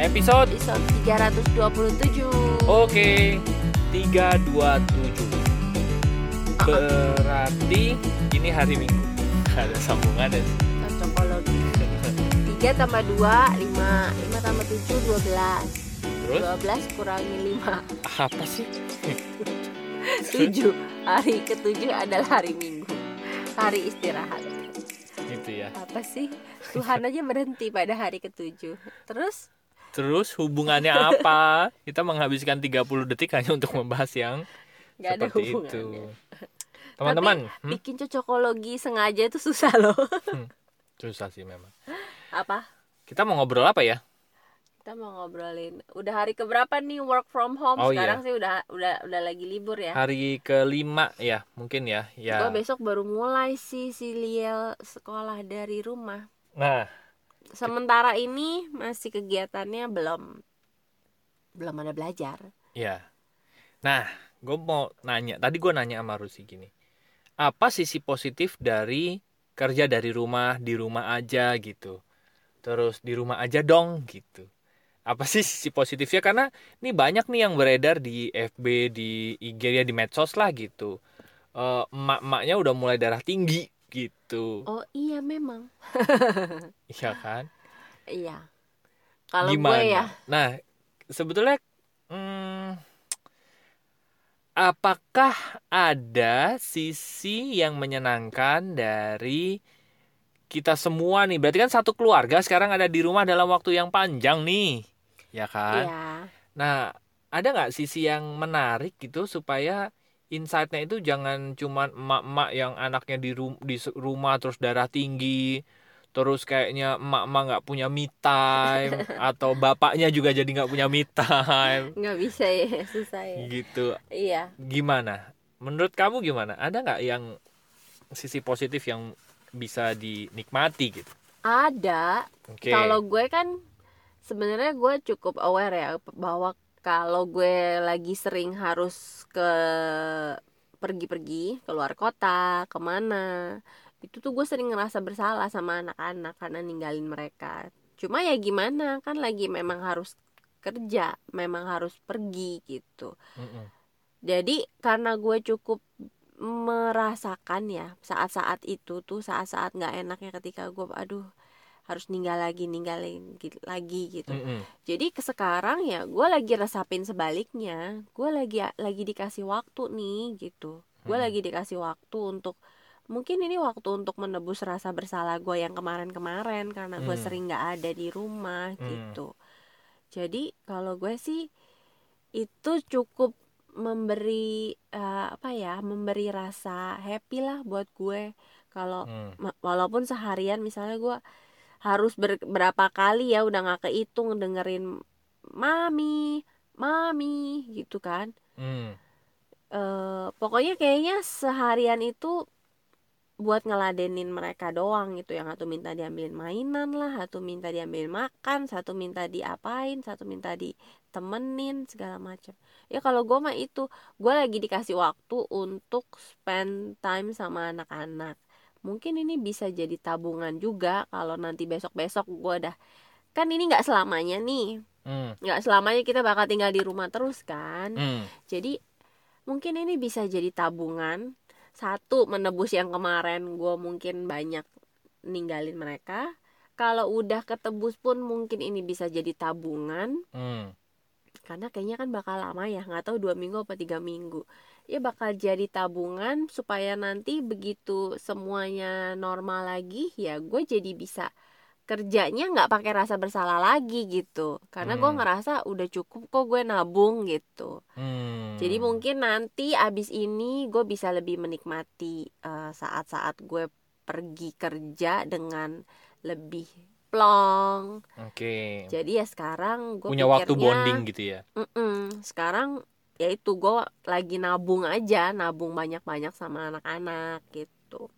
episode 327. Oke, 327. Berarti ini hari Minggu. Ada sambungannya. Cocokologi. 3 tambah 2, 5. 5 tambah 7, 12. Terus? 12 kurangi 5. Apa sih? 7. Hari ke-7 adalah hari Minggu. Hari istirahat. Gitu ya. Apa sih? Tuhan aja berhenti pada hari ke-7. Terus hubungannya apa? Kita menghabiskan 30 detik hanya untuk membahas yang gak ada seperti hubungannya itu. Teman-teman, bikin cocokologi sengaja itu susah loh. Susah sih memang. Apa? Kita mau ngobrol apa ya? Kita mau ngobrolin udah hari keberapa nih work from home. Sekarang sih udah lagi libur ya. Hari ke-5 ya, mungkin ya. Gue besok baru mulai si Liel sekolah dari rumah. Nah, sementara ini masih kegiatannya belum ada belajar. Ya. Nah, gue mau nanya. Tadi gue nanya sama Rusi gini. Apa sisi positif dari kerja dari rumah, di rumah aja gitu. Terus di rumah aja dong gitu. Apa sih sisi positifnya? Karena ini banyak nih yang beredar di FB, di IG ya, di medsos lah gitu. Emak-emaknya udah mulai darah tinggi gitu. Oh iya memang. Iya kan? Iya. Kalau Gimana? gue ya. Nah, sebetulnya apakah ada sisi yang menyenangkan dari kita semua nih? Berarti kan satu keluarga sekarang ada di rumah dalam waktu yang panjang nih. Ya kan? Iya. Nah, ada nggak sisi yang menarik gitu supaya insight-nya itu jangan cuma emak-emak yang anaknya di rumah terus darah tinggi, terus kayaknya emak-emak nggak punya me time, atau bapaknya juga jadi nggak punya me time. Nggak bisa ya, susah ya. Gitu. Iya. Gimana? Menurut kamu gimana? Ada nggak yang sisi positif yang bisa dinikmati gitu? Ada. Okay. Kalau gue kan sebenarnya gue cukup aware ya bahwa kalau gue lagi sering harus pergi-pergi keluar kota kemana, itu tuh gue sering ngerasa bersalah sama anak-anak karena ninggalin mereka. Cuma ya gimana, kan lagi memang harus kerja, memang harus pergi gitu. Jadi karena gue cukup merasakan ya saat-saat itu tuh, saat-saat nggak enaknya ketika gue harus ninggalin lagi gitu. Jadi sekarang ya gue lagi resapin sebaliknya. Gue lagi dikasih waktu nih gitu. Gue lagi dikasih waktu untuk, mungkin ini waktu untuk menebus rasa bersalah gue yang kemarin-kemarin karena gue sering gak ada di rumah gitu. Jadi kalau gue sih itu cukup memberi memberi rasa happy lah buat gue. Kalau walaupun seharian misalnya gue harus berapa kali ya udah nggak kehitung dengerin mami gitu kan. Pokoknya kayaknya seharian itu buat ngeladenin mereka doang gitu, yang satu minta diambilin mainan lah, satu minta diambilin makan, satu minta diapain, satu minta ditemenin segala macam. Ya kalau gue mah itu gue lagi dikasih waktu untuk spend time sama anak-anak. Mungkin ini bisa jadi tabungan juga kalau nanti besok-besok gue kan ini nggak selamanya nih, nggak selamanya kita bakal tinggal di rumah terus kan. Jadi mungkin ini bisa jadi tabungan. Satu, menebus yang kemarin gue mungkin banyak ninggalin mereka. Kalau udah ketebus pun mungkin ini bisa jadi tabungan. Karena kayaknya kan bakal lama ya, nggak tahu 2 minggu apa 3 minggu. Ya bakal jadi tabungan supaya nanti begitu semuanya normal lagi, ya gue jadi bisa kerjanya nggak pakai rasa bersalah lagi gitu. Karena gue ngerasa udah cukup kok gue nabung gitu. Jadi mungkin nanti abis ini gue bisa lebih menikmati saat-saat gue pergi kerja dengan lebih plong. Jadi ya sekarang gue punya waktu bonding gitu ya. Sekarang ya itu gue lagi nabung aja, nabung banyak-banyak sama anak-anak gitu.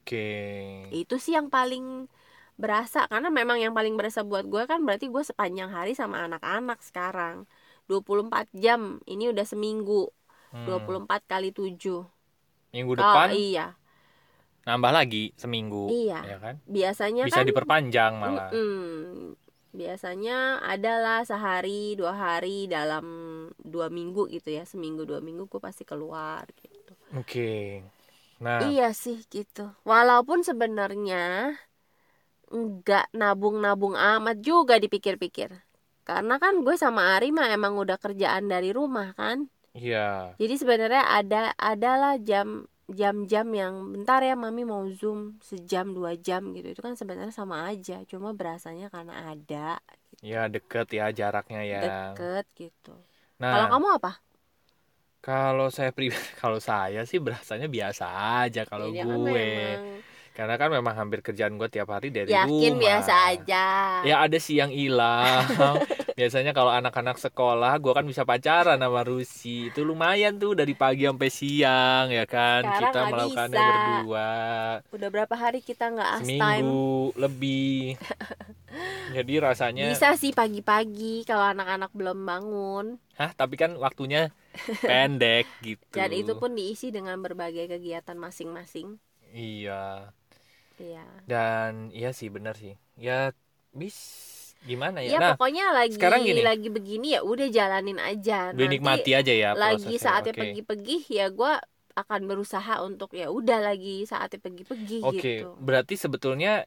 Itu sih yang paling berasa, karena memang yang paling berasa buat gue kan berarti gue sepanjang hari sama anak-anak sekarang 24 jam. Ini udah seminggu. 24 kali 7 minggu depan. Iya. Nambah lagi seminggu. Iya ya kan? Biasanya bisa kan diperpanjang malah. Biasanya adalah sehari 2 hari dalam 2 minggu gitu ya, seminggu 2 minggu gue pasti keluar gitu. Oke. Nah, Iya sih gitu. Walaupun sebenarnya nggak nabung-nabung amat juga dipikir-pikir. Karena kan gue sama Ari mah emang udah kerjaan dari rumah kan. iya. Jadi sebenarnya adalah jam-jam yang bentar ya mami mau zoom sejam 2 jam gitu. Itu kan sebenarnya sama aja. Cuma berasanya karena ada Ya deket ya jaraknya ya. deket gitu. Kalau Nah, kamu apa? kalau saya pribadi, kalau saya sih berasanya biasa aja kalau Ini kan gue. memang Karena kan memang hampir kerjaan gue tiap hari dari yakin biasa rumah. aja. Ya ada sih yang hilang. Biasanya kalau anak-anak sekolah, gue kan bisa pacaran sama Rusi. Itu lumayan tuh dari pagi sampai siang ya kan. Sekarang Kita nggak melakukannya bisa. berdua. Udah berapa hari kita nggak us time? Seminggu lebih. Jadi rasanya, Bisa sih pagi-pagi kalau anak-anak belum bangun. tapi kan waktunya pendek gitu. Dan itu pun diisi dengan berbagai kegiatan masing-masing. Iya. Iya. Dan iya sih benar sih. Ya gimana ya? Ya Nah, pokoknya sekarang gini, lagi begini ya udah jalanin aja. dinikmati Nanti aja ya lagi prosesnya. saatnya Oke. pergi-pergi ya gue akan berusaha untuk ya udah lagi saatnya pergi-pergi Oke, gitu. berarti sebetulnya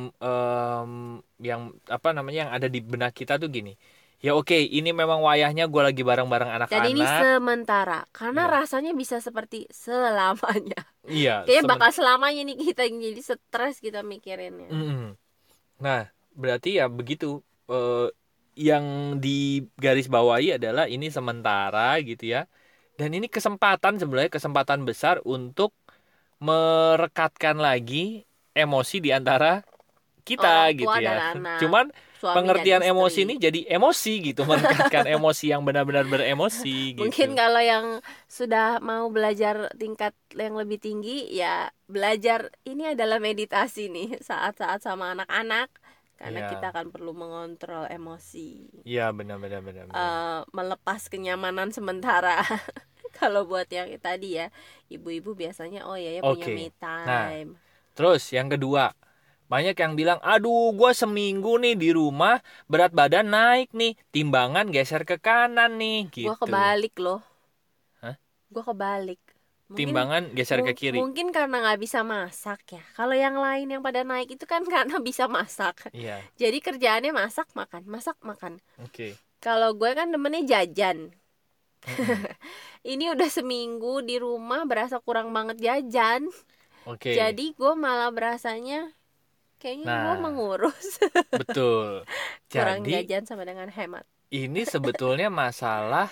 yang apa namanya yang ada di benak kita tuh gini. Ya oke, ini memang wayahnya gue lagi bareng-bareng Dan ini anak-anak. sementara karena Iya. rasanya bisa seperti selamanya. Iya, Kayaknya bakal selamanya nih kita jadi stres kita mikirinnya. Mm-mm. Nah, berarti ya begitu. Yang di garis bawahi adalah ini sementara gitu ya. Dan ini sebenarnya kesempatan besar untuk merekatkan lagi emosi di antara kita Orang gitu tua dan ya. anak, Cuman suami dan pengertian emosi istri. ini jadi emosi gitu, merekatkan emosi yang benar-benar beremosi Mungkin gitu. kalau yang sudah mau belajar tingkat yang lebih tinggi ya belajar ini adalah meditasi nih saat-saat sama anak-anak karena kita Iya. akan perlu mengontrol emosi, Iya, benar-benar benar. melepas kenyamanan sementara. Kalau buat yang tadi ya ibu-ibu biasanya oh ya punya Oke. me Nah, time. terus yang kedua, banyak yang bilang, aduh gue seminggu nih di rumah berat badan naik nih, timbangan geser ke kanan nih Gua gitu. kebalik loh. Hah? Gua kebalik. Timbangan geser ke kiri. Mungkin karena nggak bisa masak ya. Kalau yang lain yang pada naik itu kan karena bisa masak. Iya. Jadi kerjaannya masak makan, masak makan. Oke. Kalau gue kan demennya jajan. Mm-mm. Ini udah seminggu di rumah berasa kurang banget jajan. Oke. Jadi gue malah berasanya kayaknya gue Nah, mengurus. betul. Kurang Jadi jajan sama dengan hemat. ini sebetulnya masalah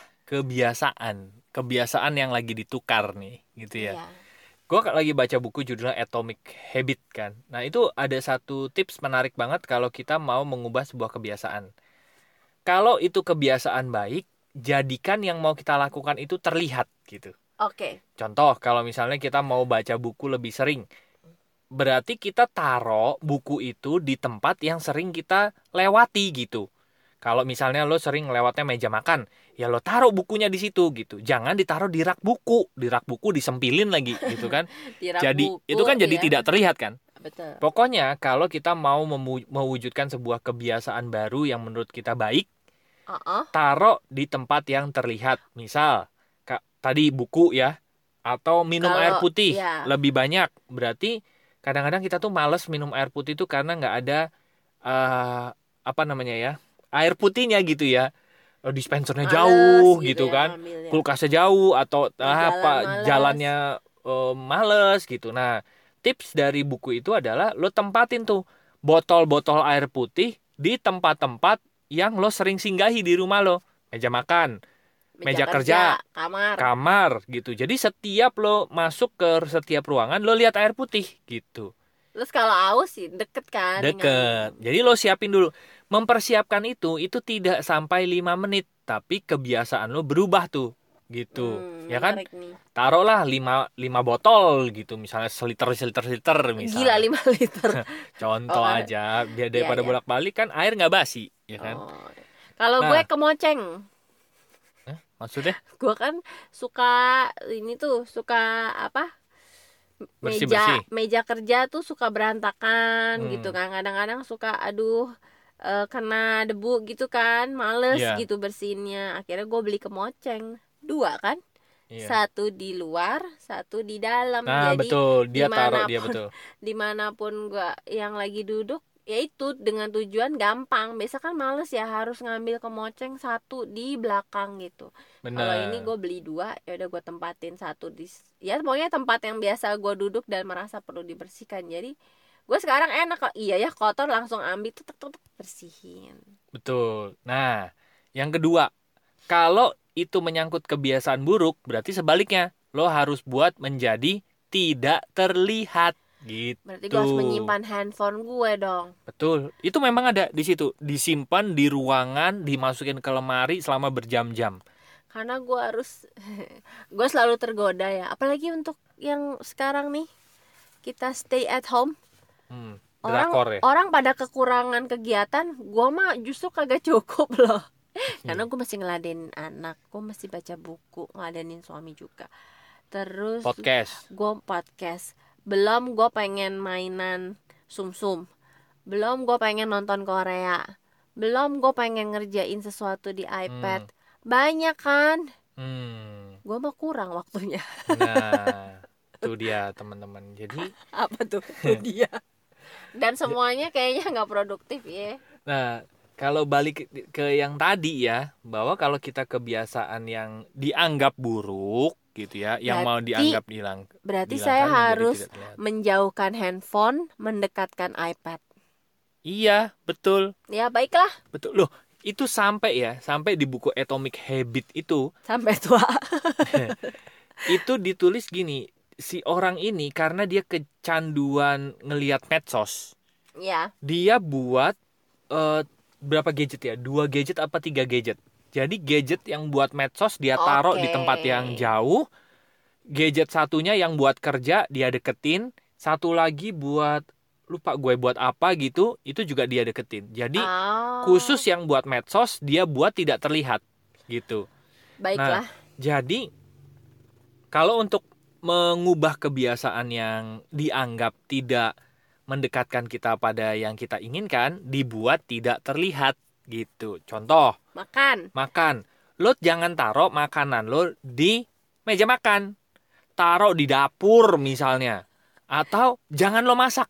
kebiasaan yang lagi ditukar nih gitu ya. Iya. Gue lagi baca buku judulnya Atomic Habit kan. Nah itu ada satu tips menarik banget kalau kita mau mengubah sebuah kebiasaan. Kalau itu kebiasaan baik, jadikan yang mau kita lakukan itu terlihat gitu. Oke. Contoh kalau misalnya kita mau baca buku lebih sering, berarti kita taruh buku itu di tempat yang sering kita lewati gitu. Kalau misalnya lo sering lewatnya meja makan, ya lo taruh bukunya di situ gitu. Jangan ditaruh di rak buku. Di rak buku disempilin lagi gitu kan. Di rak Jadi buku, itu kan jadi ya. tidak terlihat kan. Betul. Pokoknya kalau kita mau mewujudkan sebuah kebiasaan baru yang menurut kita baik, taruh di tempat yang terlihat. Misal tadi buku ya, atau minum air putih ya. lebih banyak. Berarti kadang-kadang kita tuh males minum air putih itu karena nggak ada apa namanya ya, air putihnya gitu ya. Dispensernya jauh gitu ya, kan, ngambilnya. kulkasnya jauh atau Jalan jalannya males gitu. Nah, tips dari buku itu adalah lo tempatin tuh botol-botol air putih di tempat-tempat yang lo sering singgahi di rumah lo. Meja makan, meja kerja, kamar gitu. Jadi setiap lo masuk ke setiap ruangan lo lihat air putih gitu. Terus kalau aus sih deket kan? Deket. Jadi lo siapin dulu. Mempersiapkan itu tidak sampai 5 menit, tapi kebiasaan lo berubah tuh gitu. Ya kan? Taruhlah 5 botol gitu, misalnya seliter misalnya. Gila 5 liter. Contoh aja, biar daripada bolak-balik kan air nggak basi, ya kan? Kalau gue kemoceng. Maksudnya? Gue kan suka apa? Bersih-bersih. Meja kerja tuh suka berantakan gitu kan. Kadang-kadang suka aduh kena debu gitu kan, males Iya. gitu bersihinnya. Akhirnya gue beli kemoceng 2 kan, Iya. 1 di luar, 1 di dalam. Nah, Jadi betul. Dia taruh dia dimanapun betul. dimanapun gue yang lagi duduk, ya itu dengan tujuan gampang. Biasa kan males ya harus ngambil kemoceng 1 di belakang gitu. Kalau ini Benar. gue beli 2, ya udah gue tempatin 1 di, ya pokoknya tempat yang biasa gue duduk dan merasa perlu dibersihkan. Jadi gue sekarang enak kok, iya ya kotor langsung ambil tuh bersihin. Betul. Nah, yang kedua, kalau itu menyangkut kebiasaan buruk, berarti sebaliknya, lo harus buat menjadi tidak terlihat Berarti gue harus gitu. menyimpan handphone gue dong. Betul. Itu memang ada di situ, disimpan di ruangan, dimasukin ke lemari selama berjam-jam. Karena gue harus gue selalu tergoda ya, apalagi untuk yang sekarang nih kita stay at home. Orang Drakor ya. orang pada kekurangan kegiatan, gue mah justru kagak cukup loh. Karena Iya. gue masih ngeladenin anak, gue masih baca buku, ngeladenin suami juga. Terus Podcast. gue podcast. Belum gue pengen mainan sumsum. Belum gue pengen nonton Korea. Belum gue pengen ngerjain sesuatu di iPad. Banyak kan? Gue mah kurang waktunya. Nah, itu dia teman-teman. Jadi, Apa tuh? Itu dia. Dan semuanya kayaknya nggak produktif ya. nah, kalau balik ke yang tadi ya, bahwa kalau kita kebiasaan yang dianggap buruk gitu ya, yang mau dianggap Berarti saya dihilangkan menjadi harus tidak terlihat. menjauhkan handphone, mendekatkan iPad. Iya, betul. Ya baiklah, Betul. Loh, itu sampai di buku Atomic Habit itu, sampai tua. itu ditulis gini, si orang ini karena dia kecanduan ngelihat medsos, Ya. dia buat berapa gadget ya? 2 gadget apa 3 gadget? Jadi gadget yang buat medsos dia taruh di tempat yang jauh. Gadget satunya yang buat kerja dia deketin. Satu lagi buat, lupa gue buat apa gitu, itu juga dia deketin. Jadi khusus yang buat medsos dia buat tidak terlihat gitu. Baiklah. Nah, jadi kalau untuk mengubah kebiasaan yang dianggap tidak mendekatkan kita pada yang kita inginkan, dibuat tidak terlihat gitu. Contoh, makan. Lo jangan taruh makanan lo di meja makan. Taruh di dapur misalnya. Atau jangan lo masak.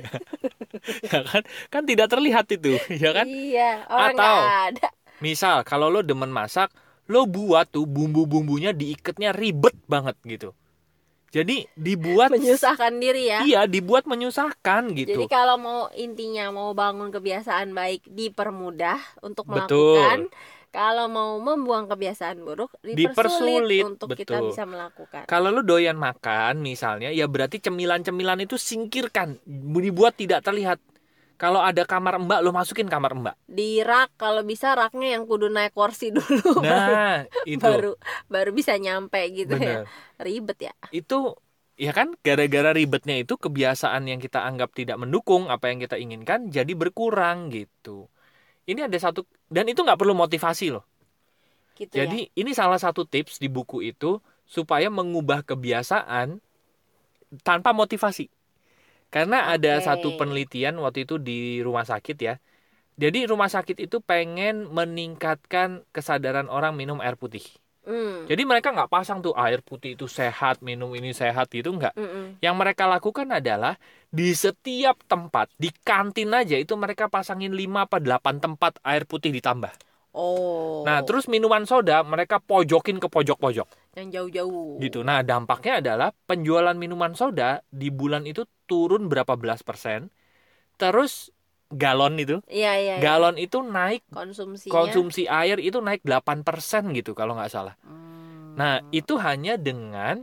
Ya kan? Kan tidak terlihat itu, ya kan? Iya, orang Atau nggak ada. misal kalau lo demen masak, lo buat tuh bumbu-bumbunya diikatnya ribet banget gitu. Jadi dibuat Menyusahkan diri ya. Iya, dibuat menyusahkan gitu. Jadi kalau intinya mau bangun kebiasaan baik, dipermudah untuk Betul. melakukan. Kalau mau membuang kebiasaan buruk, Dipersulit untuk betul. kita bisa melakukan. Kalau lo doyan makan misalnya, ya berarti cemilan-cemilan itu singkirkan, dibuat tidak terlihat. Kalau ada kamar mbak, lo masukin kamar mbak. Di rak, kalau bisa raknya yang kudu naik kursi dulu. Nah, itu. Baru bisa nyampe gitu. Bener. Ya. Ribet ya. Itu ya kan gara-gara ribetnya itu kebiasaan yang kita anggap tidak mendukung apa yang kita inginkan jadi berkurang gitu. Ini ada satu, dan itu nggak perlu motivasi loh. Gitu Jadi ya. ini salah satu tips di buku itu supaya mengubah kebiasaan tanpa motivasi. Karena ada satu penelitian waktu itu di rumah sakit ya. Jadi rumah sakit itu pengen meningkatkan kesadaran orang minum air putih. Jadi mereka nggak pasang tuh air putih itu sehat, minum ini sehat gitu, nggak. Yang mereka lakukan adalah di setiap tempat, di kantin aja itu mereka pasangin 5 apa 8 tempat air putih ditambah. Nah, terus minuman soda mereka pojokin ke pojok-pojok. Yang jauh-jauh. Gitu. Nah, dampaknya adalah penjualan minuman soda di bulan itu turun berapa belas %. Terus galon itu. Iya. Galon itu naik, konsumsi air itu naik 8% gitu kalau nggak salah. Nah, itu hanya dengan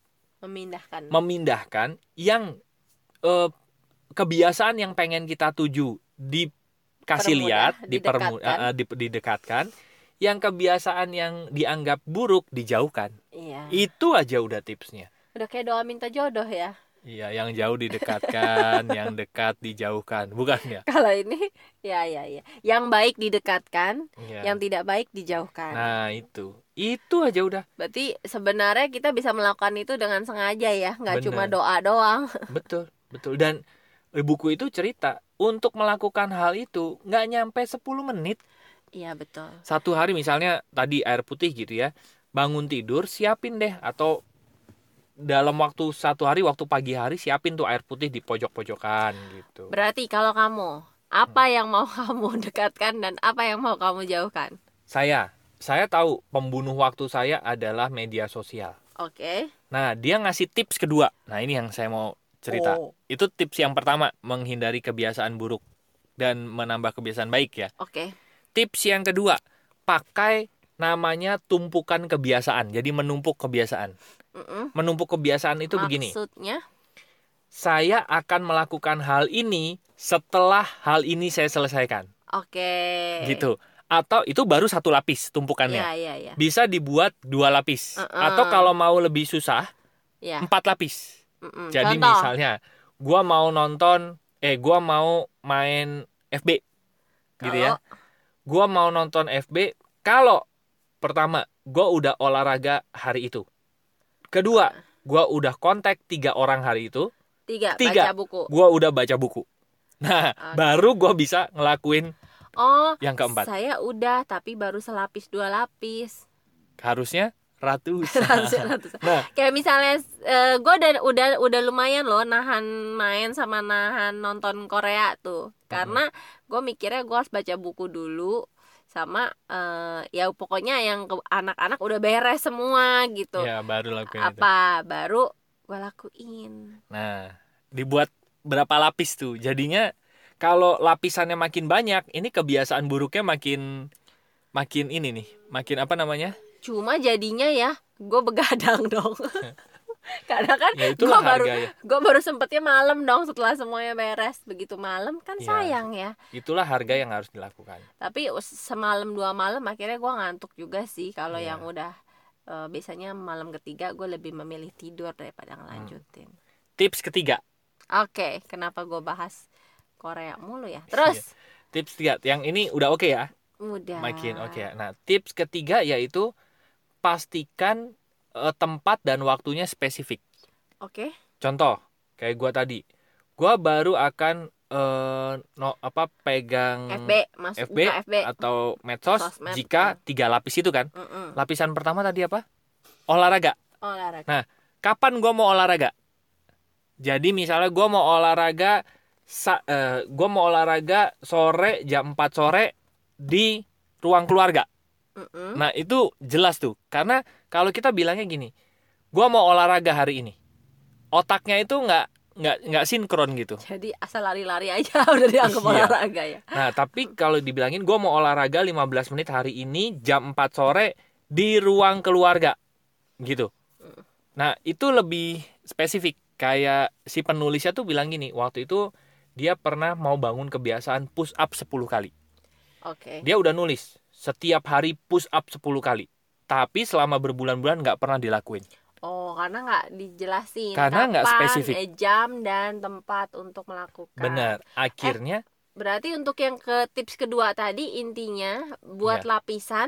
memindahkan yang kebiasaan yang pengen kita tuju dikasih lihat, didekatkan. Yang kebiasaan yang dianggap buruk dijauhkan. Iya. Itu aja udah tipsnya. Udah kayak doa minta jodoh ya. Iya, yang jauh didekatkan, yang dekat dijauhkan, bukan ya? Kalau ini, ya. Yang baik didekatkan, Ya. yang tidak baik dijauhkan. Nah, itu aja udah. Berarti sebenarnya kita bisa melakukan itu dengan sengaja ya, nggak cuma doa doang. Betul. Dan buku itu cerita untuk melakukan hal itu nggak nyampe 10 menit. Iya betul. Satu hari misalnya tadi air putih gitu ya, bangun tidur siapin deh, atau dalam waktu satu hari, waktu pagi hari siapin tuh air putih di pojok-pojokan gitu. Berarti kalau kamu, apa yang mau kamu dekatkan dan apa yang mau kamu jauhkan? Saya tahu pembunuh waktu saya adalah media sosial. Oke. Nah, dia ngasih tips kedua. Nah, ini yang saya mau cerita. Oh. Itu tips yang pertama, menghindari kebiasaan buruk dan menambah kebiasaan baik ya. Oke. Tips yang kedua, pakai namanya tumpukan kebiasaan. Jadi menumpuk kebiasaan. Menumpuk kebiasaan itu begini. Maksudnya? Saya akan melakukan hal ini setelah hal ini saya selesaikan. Oke. Gitu. Atau itu baru satu lapis tumpukannya. Iya. Bisa dibuat 2 lapis. Atau kalau mau lebih susah, 4 lapis. Jadi Contoh. misalnya, gua mau main FB. Gitu ya. Gua mau nonton FB kalau pertama, gua udah olahraga hari itu. Kedua, gua udah kontak 3 orang hari itu. Tiga, baca buku. Gua udah baca buku. Nah, baru gua bisa ngelakuin yang keempat. Saya udah, tapi baru selapis 2 lapis. Harusnya ratusan. Nah, kayak misalnya gue udah lumayan loh nahan main sama nahan nonton Korea tuh. Karena gue mikirnya gue harus baca buku dulu sama ya pokoknya yang anak-anak udah beres semua gitu. Ya, baru lakuin baru gue lakuin. Nah, dibuat berapa lapis tuh? Jadinya kalau lapisannya makin banyak, ini kebiasaan buruknya makin ini nih, makin apa namanya? Cuma jadinya ya, gue begadang dong. Karena kan ya, gue baru sempetnya malam dong setelah semuanya beres. Begitu malam kan sayang ya. Itulah harga yang harus dilakukan. Tapi semalam 2 malam akhirnya gue ngantuk juga sih. Kalau yang udah biasanya malam ketiga gue lebih memilih tidur daripada ngelanjutin. Tips ketiga. Oke, kenapa gue bahas Korea mulu ya? Terus tips 3, yang ini udah oke ya? Udah. Makin oke ya. Nah, tips ketiga yaitu pastikan tempat dan waktunya spesifik. Oke. Contoh, kayak gua tadi. Gua baru akan pegang FB atau medsos sosmed, jika 3 lapis itu kan. Lapisan pertama tadi apa? Olahraga. Nah, kapan gua mau olahraga? Jadi misalnya gua mau olahraga sore jam 4 sore di ruang keluarga. Nah, itu jelas tuh. Karena kalau kita bilangnya gini, gua mau olahraga hari ini. Otaknya itu nggak sinkron gitu. Jadi asal lari-lari aja udah dianggap olahraga ya. Nah, tapi kalau dibilangin gua mau olahraga 15 menit hari ini jam 4 sore di ruang keluarga. Gitu. Nah, itu lebih spesifik. Kayak si penulisnya tuh bilang gini, waktu itu dia pernah mau bangun kebiasaan push up 10 kali. Oke. Dia udah nulis setiap hari push up 10 kali. Tapi selama berbulan-bulan nggak pernah dilakuin. Oh, karena nggak dijelasin. Karena nggak spesifik. Jam dan tempat untuk melakukan. Benar. Akhirnya. Berarti untuk yang ke tips kedua tadi intinya buat lapisan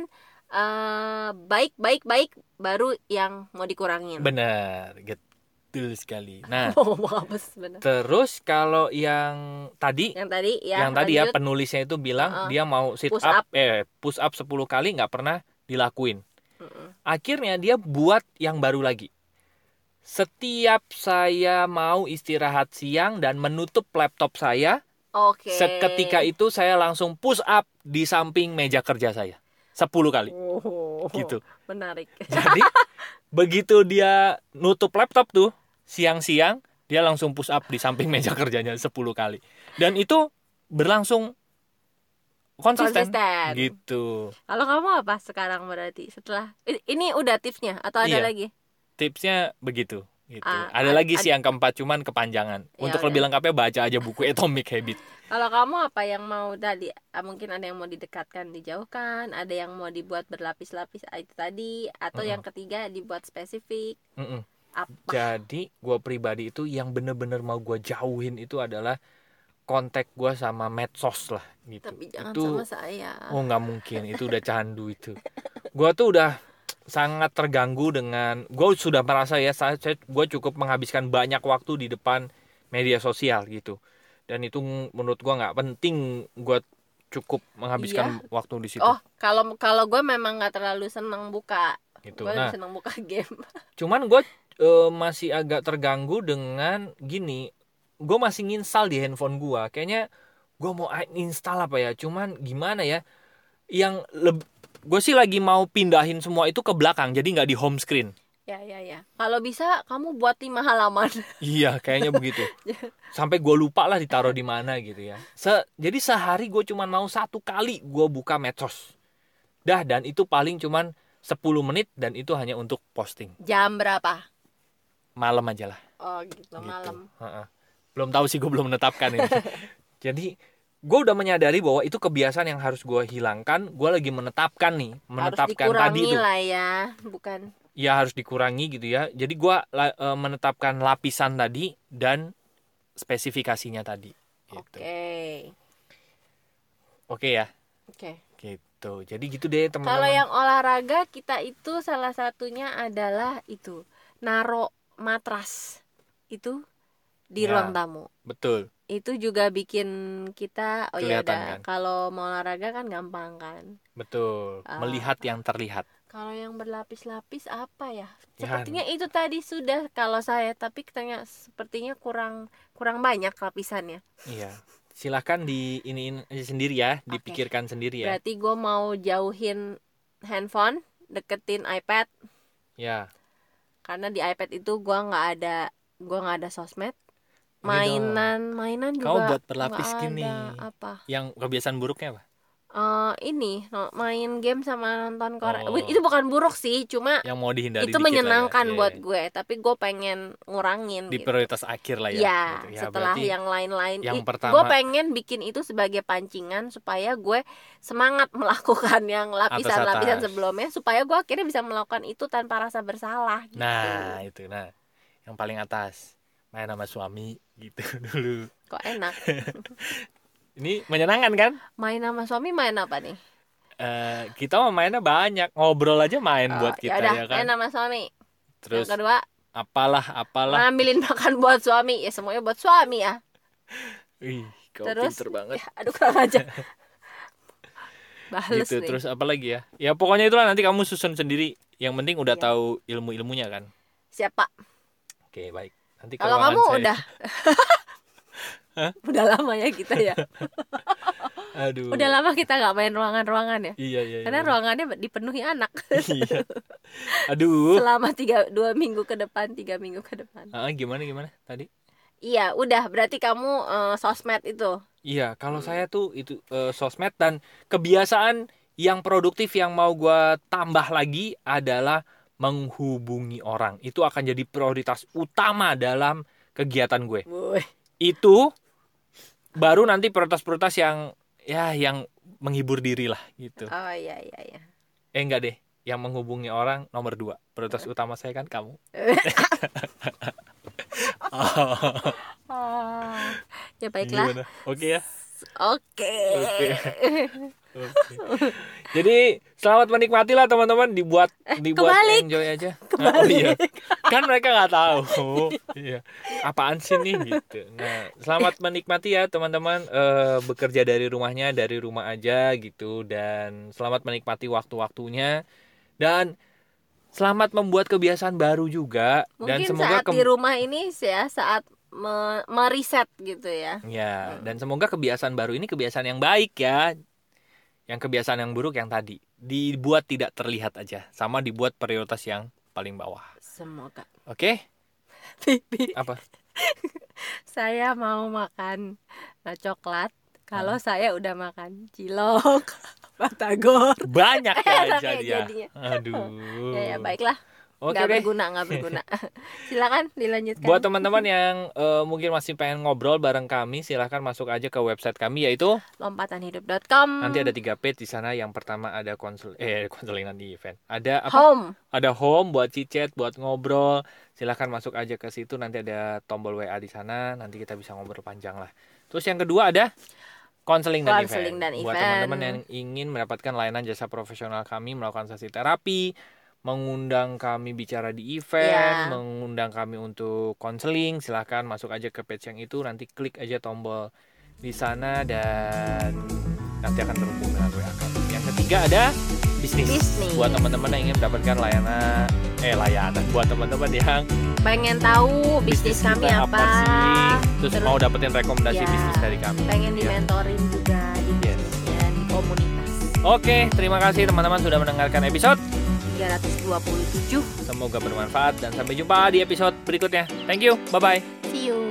baik baru yang mau dikurangin. Benar. Betul sekali. Nah, benar. Terus kalau yang tadi ya penulisnya itu bilang dia mau push up 10 kali nggak pernah dilakuin. Akhirnya dia buat yang baru lagi. Setiap saya mau istirahat siang dan menutup laptop saya, seketika itu saya langsung push up di samping meja kerja saya 10 kali. Gitu. Menarik. Jadi begitu dia nutup laptop tuh siang-siang, dia langsung push up di samping meja kerjanya 10 kali. Dan itu berlangsung konsisten. Gitu. Kalau kamu apa sekarang berarti setelah ini udah tipsnya atau ada lagi? Tipsnya begitu. Gitu. Ada lagi sih yang keempat, cuman kepanjangan. Untuk lebih lengkapnya baca aja buku Atomic Habit. Kalau kamu apa yang mau tadi? Mungkin ada yang mau didekatkan, dijauhkan, ada yang mau dibuat berlapis-lapis itu tadi, atau yang ketiga dibuat spesifik. Apa? Jadi gue pribadi itu yang bener-bener mau gue jauhin itu adalah kontak gue sama medsos lah gitu. Tapi jangan itu, sama saya. Oh nggak mungkin, itu udah candu itu. Gue tuh udah sangat terganggu dengan, gue sudah merasa ya gue cukup menghabiskan banyak waktu di depan media sosial gitu. dan itu menurut gue nggak penting gue cukup menghabiskan waktu di situ. Oh, kalau gue memang nggak terlalu senang buka. Gitu. Gue Nah, senang buka game. cuman gue masih agak terganggu dengan gini, gue masih nginstal di handphone gue. Kayaknya gue mau install apa ya, cuman gimana ya, yang gue sih lagi mau pindahin semua itu ke belakang, jadi nggak di home screen. Ya. Kalau bisa kamu buat 5 halaman. Iya, kayaknya begitu. Sampai gue lupa lah ditaruh di mana gitu ya. Jadi sehari gue cuma mau 1 kali gue buka medsos. Dah, dan itu paling cuman 10 menit dan itu hanya untuk posting. Jam berapa? Malam aja lah. Oh gitu. Malam. Belum tahu sih, gue belum menetapkan ini. Jadi gue udah menyadari bahwa itu kebiasaan yang harus gue hilangkan. Gue lagi menetapkan tadi tuh. Lah ya, bukan. Ya harus dikurangi gitu ya. Jadi gue menetapkan lapisan tadi dan spesifikasinya tadi. Gitu. Oke ya. Oke. Gitu. Jadi gitu deh teman-teman. Kalau yang olahraga kita itu salah satunya adalah itu naro matras itu di ruang tamu. Betul. Itu juga bikin kita Kelihatan kan? Kalau mau olahraga kan gampang kan. Betul. Melihat yang terlihat. Kalau yang berlapis-lapis apa ya? Sepertinya itu tadi sudah kalau saya, tapi sepertinya kurang banyak lapisannya. Iya. Silahkan iniin sendiri ya, dipikirkan sendiri ya. Berarti gue mau jauhin handphone, deketin iPad. Ya. Karena di iPad itu gue nggak ada sosmed. Mainan juga. Kamu buat berlapis gini. Apa? Yang kebiasaan buruknya apa? Main game sama nonton Korea. Itu bukan buruk sih, cuma yang mau dihindari itu menyenangkan buat gue, tapi gue pengen ngurangin di prioritas akhir lah ya. Ya, gitu. Setelah yang lain-lain, pertama, gue pengen bikin itu sebagai pancingan supaya gue semangat melakukan yang lapisan-lapisan sebelumnya, supaya gue akhirnya bisa melakukan itu tanpa rasa bersalah. Gitu. Nah, itu yang paling atas, main sama suami gitu dulu. Kok enak? Ini menyenangkan kan? Main sama suami main apa nih? Kita mau mainnya banyak, ngobrol aja main buat kita ya kan. Main sama suami. Terus yang kedua, apalah. ngambilin makan buat suami, ya semuanya buat suami ya. Kau pinter banget. Aduh kurang aja. Bales gitu nih. Terus apa lagi ya? Ya pokoknya itulah, nanti kamu susun sendiri. Yang penting udah tahu ilmu-ilmunya kan. Siapa? Oke, baik. Nanti kalau kamu udah udah lama ya kita ya. Aduh. Udah lama kita nggak main ruangan-ruangan ya. Iya. Karena ruangannya dipenuhi anak. Iya. Aduh. Selama 2 minggu ke depan, 3 minggu ke depan. Gimana tadi? Iya, udah. Berarti kamu sosmed itu. Iya, kalau saya tuh itu sosmed, dan kebiasaan yang produktif yang mau gue tambah lagi adalah menghubungi orang. Itu akan jadi prioritas utama dalam kegiatan gue. Itu baru nanti prioritas yang menghibur diri lah gitu. Oh iya. Enggak deh, yang menghubungi orang nomor 2. Prioritas utama saya kan kamu. Ya baiklah. Oke ya. Oke. Jadi selamat menikmati lah teman-teman, dibuat enjoy aja. Iya. Kan mereka nggak tahu. Iya. Apaan sih nih gitu. Nah, selamat menikmati ya teman-teman, bekerja dari rumahnya, dari rumah aja gitu, dan selamat menikmati waktu-waktunya, dan selamat membuat kebiasaan baru juga. Mungkin dan semoga saat di rumah ini ya, saat meriset gitu ya. Ya, dan semoga kebiasaan baru ini kebiasaan yang baik ya. Yang kebiasaan yang buruk yang tadi dibuat tidak terlihat aja, sama dibuat prioritas yang paling bawah. Semoga. Oke? Apa? Saya mau makan coklat kalau saya udah makan cilok, batagor. Banyak ya jadinya. Aduh. Ya baiklah. Oke nggak deh. berguna. Silakan dilanjutkan. Buat teman-teman yang mungkin masih pengen ngobrol bareng kami, silakan masuk aja ke website kami, yaitu lompatanhidup.com. Nanti ada 3 page di sana. Yang pertama ada konselingan di event. Ada apa? Home. Ada home buat chat, buat ngobrol. Silakan masuk aja ke situ. Nanti ada tombol WA di sana. Nanti kita bisa ngobrol panjang lah. Terus yang kedua ada konseling dan event. Buat teman-teman yang ingin mendapatkan layanan jasa profesional kami, melakukan sesi terapi, mengundang kami bicara di event, Ya. mengundang kami untuk konseling, silahkan masuk aja ke page yang itu, nanti klik aja tombol di sana dan nanti akan terhubung dengan WA kami. Yang ketiga ada bisnis. Bisnis. Buat teman-teman yang ingin mendapatkan layanan buat teman-teman yang Pengen tahu bisnis kami kita apa, sih, terus mau dapetin rekomendasi Ya. bisnis dari kami. pengen Ya. dimentorin juga di Yes. bisnisnya dan di komunitas. Oke, terima kasih teman-teman sudah mendengarkan episode. 327. Semoga bermanfaat dan sampai jumpa di episode berikutnya. Thank you, bye-bye. See you.